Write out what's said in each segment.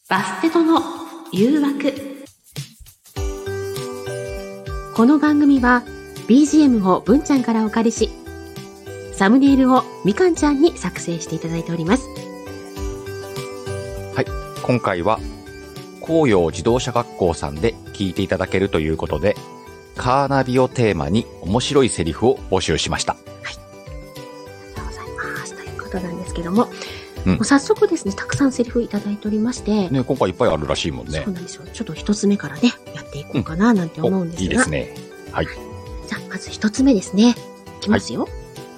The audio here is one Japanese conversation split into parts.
バステとの誘惑。この番組は BGM を文ちゃんからお借りし、サムネイルをみかんちゃんに作成していただいております。 はい、今回は紅葉自動車学校さんで聞いていただけるということで、カーナビをテーマに面白いセリフを募集しました。 はい、ありがとうございますということなんですけども、 もう早速ですね、たくさんセリフいただいておりまして、 ね、今回いっぱいあるらしいもんね。 そうなんですよ。ちょっと一つ目からね、やっていこうかななんて思うんですが、 いいですね。はい。 じゃあまず一つ目ですね。いきますよ。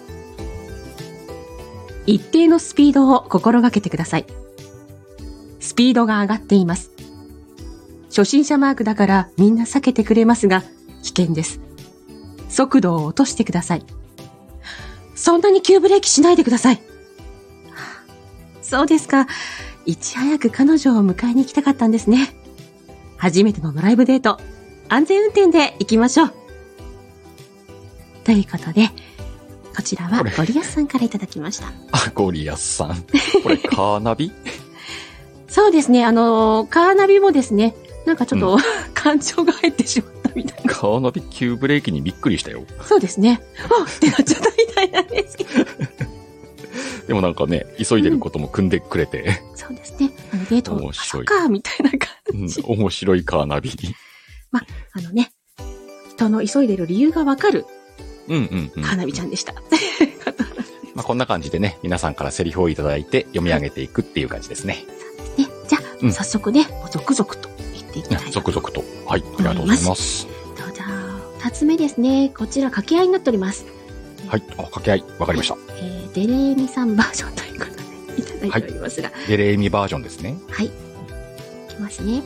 一定のスピードを心がけてください。スピードが上がっています。初心者マークだからみんな避けてくれますが、危険です。速度を落としてください。そんなに急ブレーキしないでください。そうですか。いち早く彼女を迎えに行きたかったんですね。初めてのドライブデート、安全運転で行きましょう。ということで、こちらはゴリアスさんからいただきました。 あ、ゴリアスさん。これカーナビそうですね。カーナビもですね、なんかちょっと、感情が入ってしまったみたいな。 カーナビ急ブレーキにびっくりしたよ。 そうですね。あってなっちゃったみたいなんですけど。 でもなんかね、急いでることも組んでくれて。 そうですね。デート、 面白い。 か、みたいな感じ。 面白いカーナビ。 ま、人の急いでる理由がわかる、 カーナビちゃんでした。 まあこんな感じでね、皆さんからセリフをいただいて読み上げていくっていう感じですね。 そうですね。じゃあ、早速ね、続々と言っていきたいと。 続々と。はい、ありがとうございます。 じゃあ、二つ目ですね。こちら掛け合いになっております。 はい、掛け合い、わかりました。 デレーミさんバージョンということでいただいておりますが。 デレーミバージョンですね。 はい。いきますね。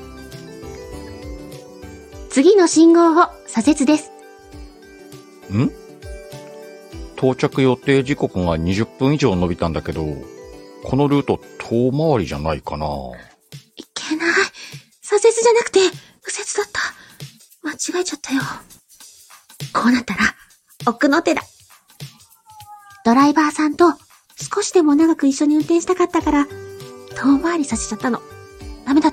次の信号を左折です。 到着予定時刻が20分以上伸びたんだけど、このルート遠回りじゃないかな。 いけない。左折じゃなくて右折だった。間違えちゃったよ。こうなったら奥の手だ。ドライバーさんと少しでも長く一緒に運転したかったから遠回りさせちゃったの。ダメだった？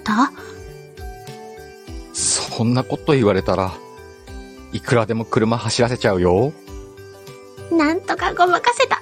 そんなこと言われたらいくらでも車走らせちゃうよ。 なんとかごまかせた。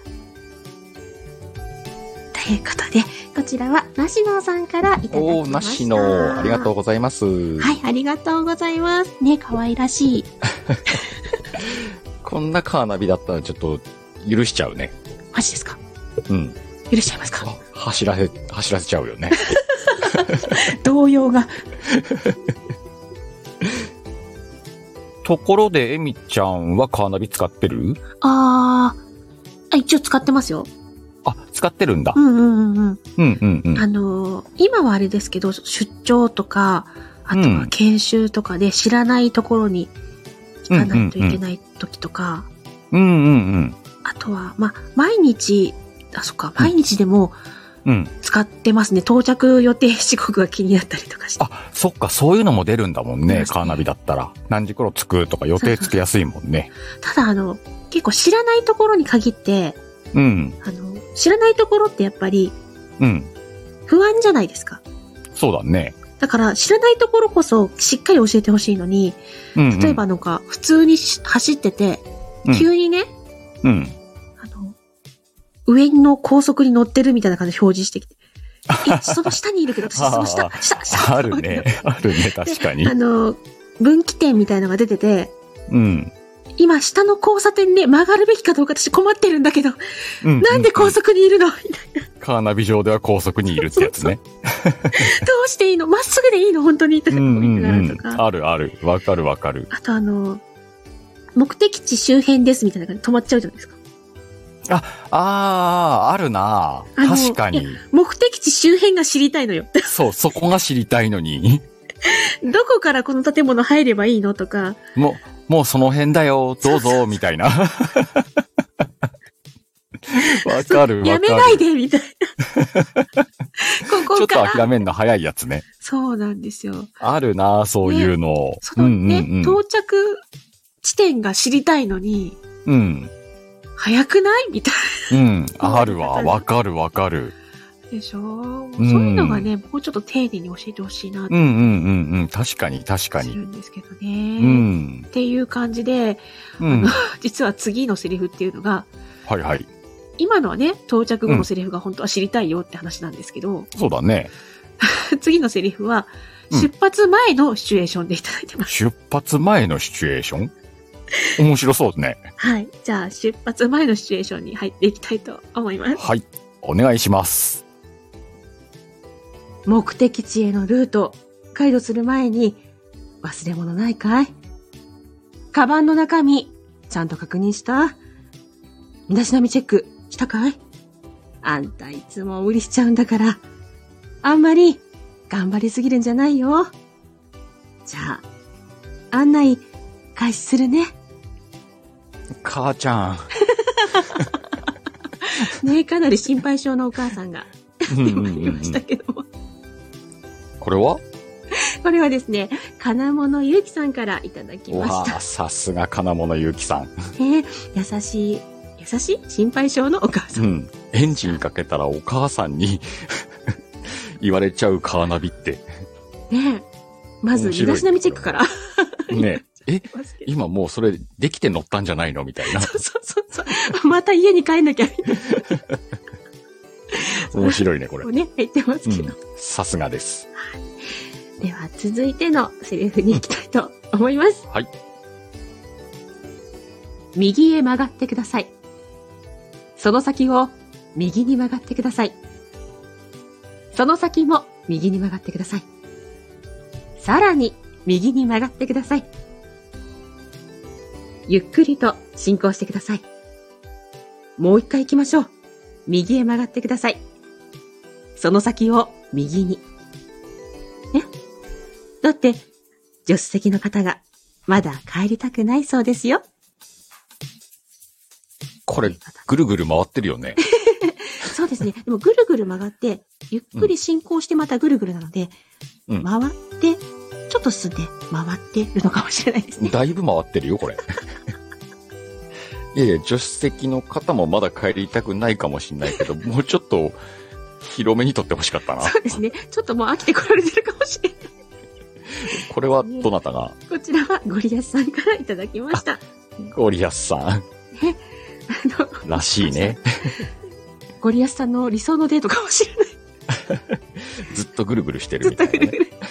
ということで、こちらはなしのさんからいただきました。 おー、なしの、ありがとうございます。 はい、ありがとうございます。ね、可愛らしい。 こんなカーナビだったらちょっと許しちゃうね。 マジですか？許しちゃいますか？ 走らせちゃうよね。 動揺が。 ところで、エミちゃんはカーナビ使ってる？ 一応使ってますよ。 あ、使ってるんだ。 今はあれですけど、出張とか、あとは研修とかで知らないところに行かないといけない時とか、あとは、毎日でも、使ってますね。到着予定時刻が気になったりとかして。 あ、そっか、そういうのも出るんだもんね、カーナビだったら。何時頃着くとか予定つけやすいもんね。 ただ、結構知らないところに限って、知らないところってやっぱり、不安じゃないですか。 そうだね。 だから、知らないところこそしっかり教えてほしいのに、例えば普通に走ってて、急にね、上の高速に乗ってるみたいな感じで表示してきて。その下にいるけど、私その下。 あるね、確かに。 分岐点みたいなのが出てて、今下の交差点で曲がるべきかどうか私困ってるんだけど、なんで高速にいるのみたいな。 カーナビ上では高速にいるってやつね。 どうしていいの？まっすぐでいいの？本当にとかあるある。わかるわかる。 あと目的地周辺ですみたいな感じで止まっちゃうじゃないですか。 あるな。確かに。 目的地周辺が知りたいのよ。 そう、そこが知りたいのに。 どこからこの建物入ればいいのとか。 もうその辺だよ、どうぞ、みたいな。わかる。 やめないで、みたいな。 ちょっと諦めんの早いやつね。 そうなんですよ。 あるな、そういうの。 到着地点が知りたいのに。早くないみたいな。あるわ。わかる。 でしょもうそういうのがね、もうちょっと丁寧に教えてほしいなって確かに、確かすに。 るんですけどうね。 ん。 っていう感じで、 うん。 実は次のセリフっていうのが、 はいはい。 今のはね、到着後のセリフが本当は知りたいよって話なんですけど、 そうだね。 次のセリフは、 うん出発前のシチュエーションでいただいてます。 出発前のシチュエーション面白そうね。 はい。じゃあ、出発前のシチュエーションに入っていきたいと思います。 はい。お願いします。 目的地へのルート、解除する前に、忘れ物ないかい？カバンの中身、ちゃんと確認した？身だしなみチェックしたかい？あんたいつも無理しちゃうんだから、あんまり頑張りすぎるんじゃないよ。じゃあ、案内開始するね。 母ちゃん。 ねえ、かなり心配性のお母さんがうん出まいりましたけども。 これはこれはですね、金物ゆうきさんからいただきました。 わあ、さすが金物ゆうきさん。 優しい心配性のお母さ。 うんん。エンジンかけたらお母さんに言われちゃうカーナビって。 ねえ。まず、 面白い身だしなみチェックから。 ねえ、 ますけど今もうそれできて乗ったんじゃないのみたいな。 そう。また家に帰んなきゃ、みたい面白いね、これ。 なのね、言ってますけど。 さすがです。 では、続いてのセリフに行きたいと思います。 はい。 右へ曲がってください。その先を右に曲がってください。その先も右に曲がってください。さらに右に曲がってください。ゆっくりと進行してください。もう一回行きましょう。右へ曲がってください。その先を右に。ね。だって、助手席の方がまだ帰りたくないそうですよ。 これ、ぐるぐる回ってるよね。 そうですね。でもぐるぐる曲がって、ゆっくり進行してまたぐるぐるなので、 うん回って、ちょっと進んで回ってるのかもしれないですね。 だいぶ回ってるよ、これ。いやいや、助手席の方もまだ帰りたくないかもしれないけど、もうちょっと広めに撮ってほしかったな。 そうですね。ちょっともう飽きてこられてるかもしれない。 これはどなたが？ こちらはゴリアスさんからいただきました。 ゴリアスさん。らしいね。 ゴリアスさんの理想のデートかもしれない。 ずっとぐるぐるしてるずっみたいなね。 とぐるぐる。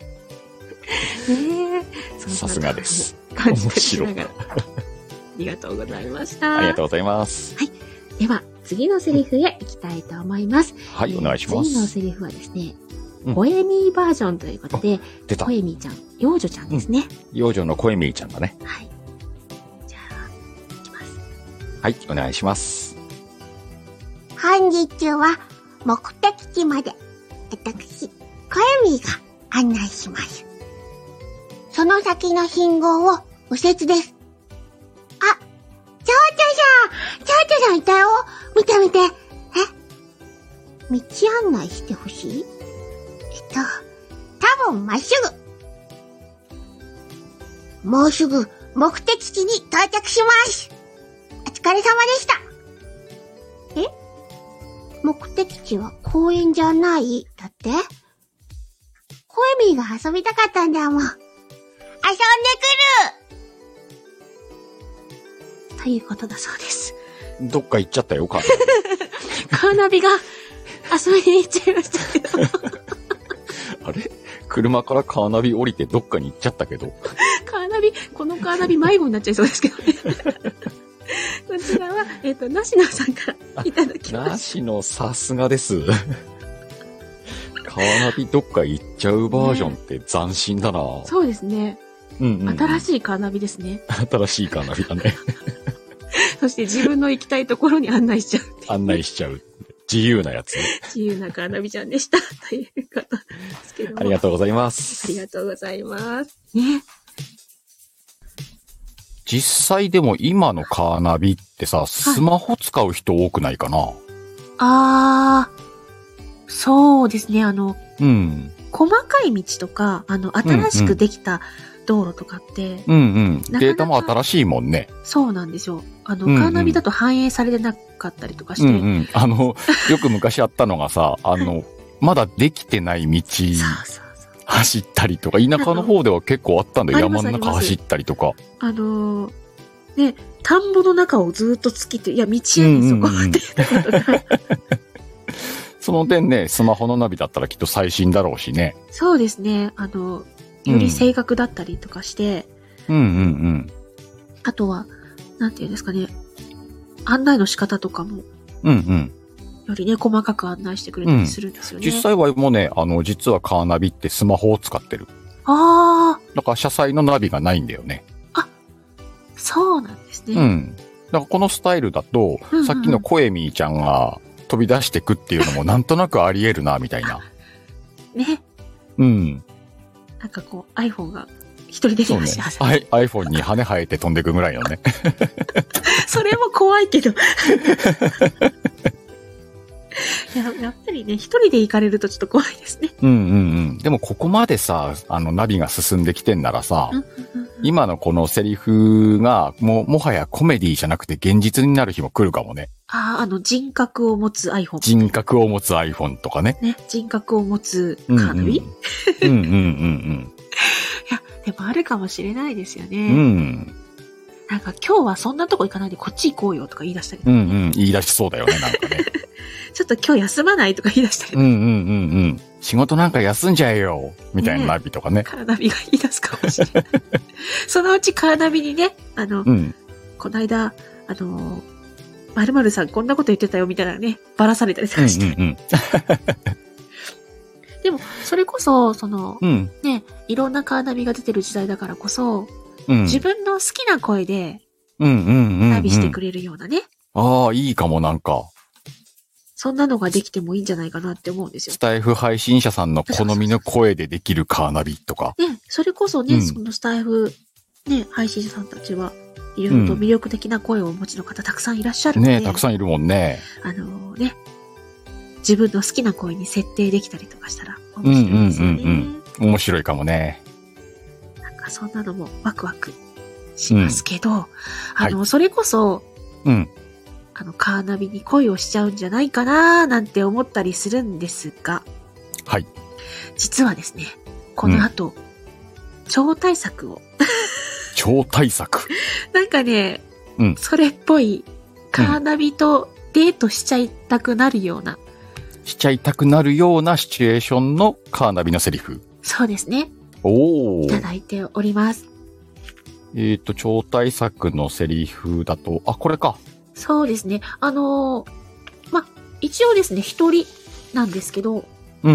ねえ。 さすがです。 感じたりしながら。ありがとうございました。 ありがとうございます。 では、次のセリフへ行きたいと思います。 はい、お願いしま次のす。 セリフはですね、 うんポエミーバージョンということで、 出たポ。エミーちゃん、幼女ちゃんですね。 幼女のコエミーちゃんだね。 はい。じゃあ、いきます。 はい、お願いします。 本日は目的地まで私、コエミーが案内します。その先の信号を右折です。あ、蝶々さんいたよ。見て見て。道案内してほしい？多分まっすぐ。もうすぐ目的地に到着します。お疲れ様でした。目的地は公園じゃないだってコエミーが遊びたかったんだもん。遊んでくるということだそうです。 どっか行っちゃったよ、カーカーナビが遊びに行っちゃいましたけど。 あれ車からカーナビ降りてどっかに行っちゃったけど。 カーナビ、このカーナビ迷子になっちゃいそうですけどね。こちらは、なしなさんからいただきました。 なしのさすがです。カーナビどっか行っちゃうバージョンって斬新だな。 そうですね。 うんうん。 新しいカーナビですね。 新しいカーナビだね。 そして自分の行きたいところに案内しちゃうっていう。 案内しちゃう。自由なやつね。 自由なカーナビちゃんでした。ということですけども。 ありがとうございます。 ありがとうございます。ね。 実際でも今のカーナビってさ、スマホ使う人多くないかな？ そうですね。 うん。 細かい道とか、新しくできた道路とかって、 うんうん。 なかなかデータも新しいもんね。 そうなんですよ。カんうんーナビだと反映されてなかったりとかして。 うんうん。よく昔あったのがさ、まだできてない道、 そうそうそう。 走ったりとか、田舎の方では結構あったんだよ。 あります山の中走ったりとか。 ね、田んぼの中をずっと突きって、いや、道やねん、そこって言ったことが。 その点ね、スマホのナビだったらきっと最新だろうしね。 そうですね。より正確だったりとかして、 うんうんうん。 あとは、なんていうんですかね、案内の仕方とかも、 うんうん。 よりね、細かく案内してくれたりするんですよね。 実際はもうね、実はカーナビってスマホを使ってる。 ああ。 だから車載のナビがないんだよね。 あ、そうなんですね。 うん。だからこのスタイルだと、 うんうん、 さっきのコエミーちゃんが飛び出してくっていうのもなんとなくあり得るな、みたいな。 ね。 うん。 なんかこう iPhone が一人でそうね。iPhone に羽生えて飛んでいくぐらいのね。 それも怖いけど。やっぱりね、一人で行かれるとちょっと怖いですね。 うんうんうん。でもここまでさ、ナビが進んできてんならさ、今のこのセリフが、もはやコメディじゃなくて現実になる日も来るかもね。 人格を持つ iPhone。 人格を持つ iPhone とかね。 ね、人格を持つカーナビ。 うんうんうんうん。 いや、でもあるかもしれないですよね。 うん。 なんか今日はそんなとこ行かないでこっち行こうよとか言い出したりとか、 ね。うんうん。言い出しそうだよね、なんかね。 ちょっと今日休まないとか言い出したりとか。 うんうんうんうん。仕事なんか休んじゃえよみたいなナビとかね。 カーナビが言い出すかもしれない。そのうちカーナビにね、この間、〇〇さんこんなこと言ってたよみたいなね、ばらされたりとかして。うんうんうん、でも、それこそ、ね、いろんなカーナビが出てる時代だからこそ、自分の好きな声で、ナビしてくれるようなね。 ああ、いいかもなんか。 そんなのができてもいいんじゃないかなって思うんですよ。 スタイフ配信者さんの好みの声でできるカーナビとか。 ね、それこそね、そのスタイフ、ね、配信者さんたちは、いろいろと魅力的な声をお持ちの方たくさんいらっしゃるので。 ね、たくさんいるもんね。 ね、自分の好きな声に設定できたりとかしたら面白いですよね。 面白いかもね。 なんかそんなのもワクワクしますけど、それこそ、カーナビに恋をしちゃうんじゃないかなーなんて思ったりするんですが、 はい。 実はですね、この後、超大作を。 超大作なんかね、それっぽい、カーナビとデートしちゃいたくなるような。 しちゃいたくなるようなシチュエーションのカーナビのセリフ。 そうですね。 おー。 いただいております。 超大作のセリフだと、これか。 そうですね。一応ですね、一人なんですけど。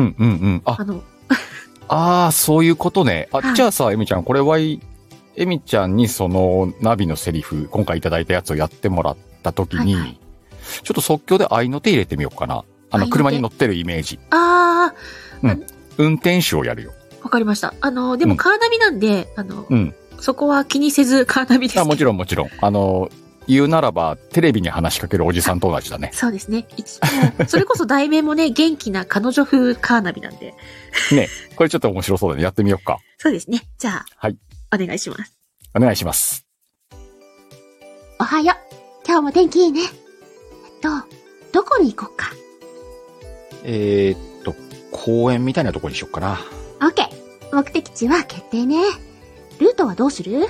そういうことね。 はい、 じゃあさ、エミちゃん、これはエミちゃんにそのナビのセリフ、今回いただいたやつをやってもらった時に、ちょっと即興で合いの手入れてみようかな。車に乗ってるイメージ。運転手をやるよ。 わかりました。でもカーナビなんで、そこは気にせずカーナビです。 もちろんもちろん。言うならば、テレビに話しかけるおじさんと同じだね。 そうですね。それこそ題名もね、元気な彼女風カーナビなんで。 ね、これちょっと面白そうだね。やってみようか。 そうですね。じゃあ、 はい。 お願いします。 お願いします。 おはよう。今日も天気いいね。どこに行こっか。 公園みたいなとこにしよっかな。 オッケー。目的地は決定ね。ルートはどうする？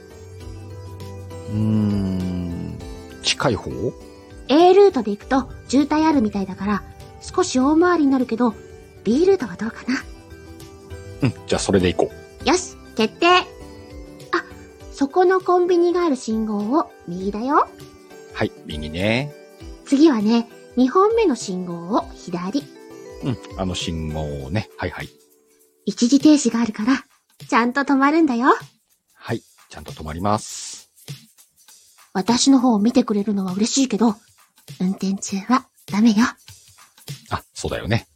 近い方？ A ルートで行くと渋滞あるみたいだから少し大回りになるけど B ルートはどうかな。 じゃあそれで行こう。よし、決定。そこのコンビニがある信号を右だよ。 はい、右ね。 次はね、2本目の信号を左。 信号をね。はいはい。 一時停止があるから、ちゃんと止まるんだよ。 はい、ちゃんと止まります。 私の方を見てくれるのは嬉しいけど、運転中はダメよ。 そうだよね。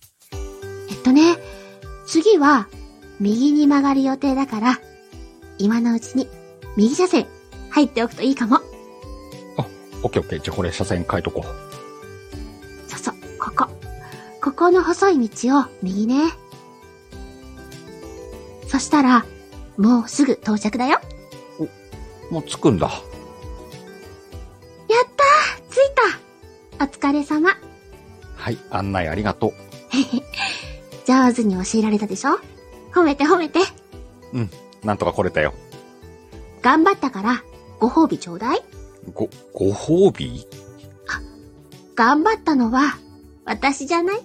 次は、右に曲がる予定だから、今のうちに、右車線、入っておくといいかも。 オッケーオッケー。じゃあこれ車線変えとこう。 そう、ここの細い道を右ね。そしたら、 もうすぐ到着だよ。 もう着くんだ。やったー、着いた。お疲れ様。 はい、案内ありがとう。 上手に教えられたでしょ？褒めて褒めて。 うん、なんとか来れたよ。 頑張ったから、ご褒美ちょうだい。 ご褒美？ あ、頑張ったのは、私じゃないか。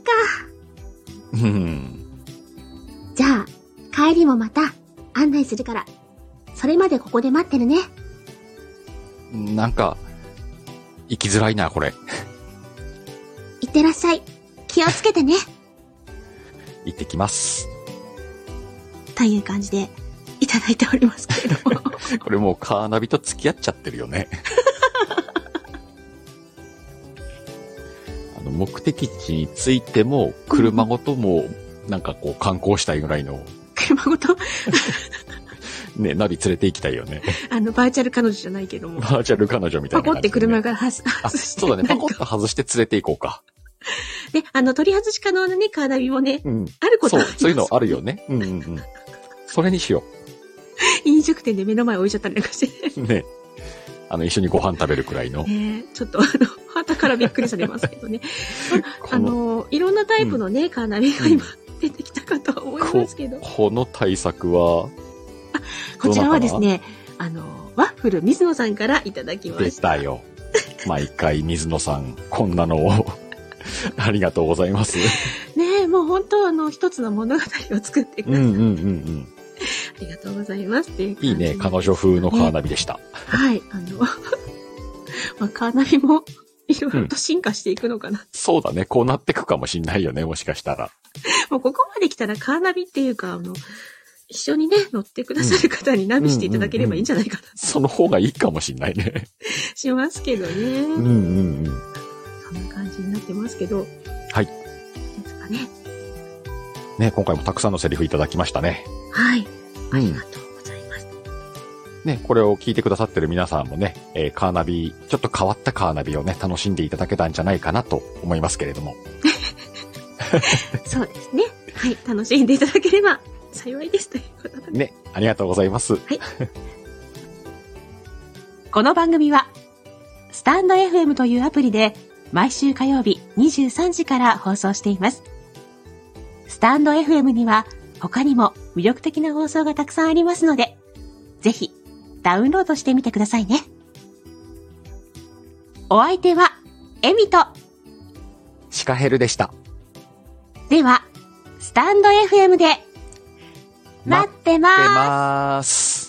じゃあ、帰りもまた案内するから、それまでここで待ってるね。 なんか、行きづらいな、これ。 いってらっしゃい。気をつけてね。 行ってきます。 という感じで、いただいておりますけれども。 これもうカーナビと付き合っちゃってるよね。目的地に着いても、車ごとも、なんかこう観光したいぐらいの。 車ごとね、ナビ連れて行きたいよね。 バーチャル彼女じゃないけども。 バーチャル彼女みたいな、ね。 パコって車が外して。 そうだね。パコッと外して連れて行こうか。 で、取り外し可能なね、カーナビもね、あることはそういうのあるよね。それにしよう。飲食店で目の前置いちゃったりなんかしてね。 ね。一緒にご飯食べるくらいの。 ちょっと旗からびっくりされますけどね。いろんなタイプのね、カーナビが今出てきたかとは思いますけど。 この対策はこちらはですね、ワッフル水野さんからいただきました。 出たよ。毎回水野さん、こんなのを。ありがとうございます。 ねえ、もう本当一つの物語を作ってくださって。ありがとうございますっていう。 いいね、彼女風のカーナビでした。 はい、カーナビもいろいろと進化していくのかな。 そうだね、こうなってくかもしんないよね、もしかしたら。 もうここまで来たらカーナビっていうか、一緒にね、乗ってくださる方にナビしていただければいいんじゃないかな。 その方がいいかもしんないね。 しますけどね。そんな感じになってますけど。 はい。 ですかね。 ね、今回もたくさんのセリフいただきましたね。 はい。ありがとうございます。 ね、これを聞いてくださってる皆さんもね、カーナビ、ちょっと変わったカーナビをね、楽しんでいただけたんじゃないかなと思いますけれども。 そうですね。はい。楽しんでいただければ幸いですということで。 ね、ありがとうございます。はい。 この番組は、スタンド FM というアプリで毎週火曜日23時から放送しています。スタンド FM には他にも魅力的な放送がたくさんありますので、ぜひダウンロードしてみてくださいね。お相手はエミとシカヘルでした。 では、スタンド FM で待ってます。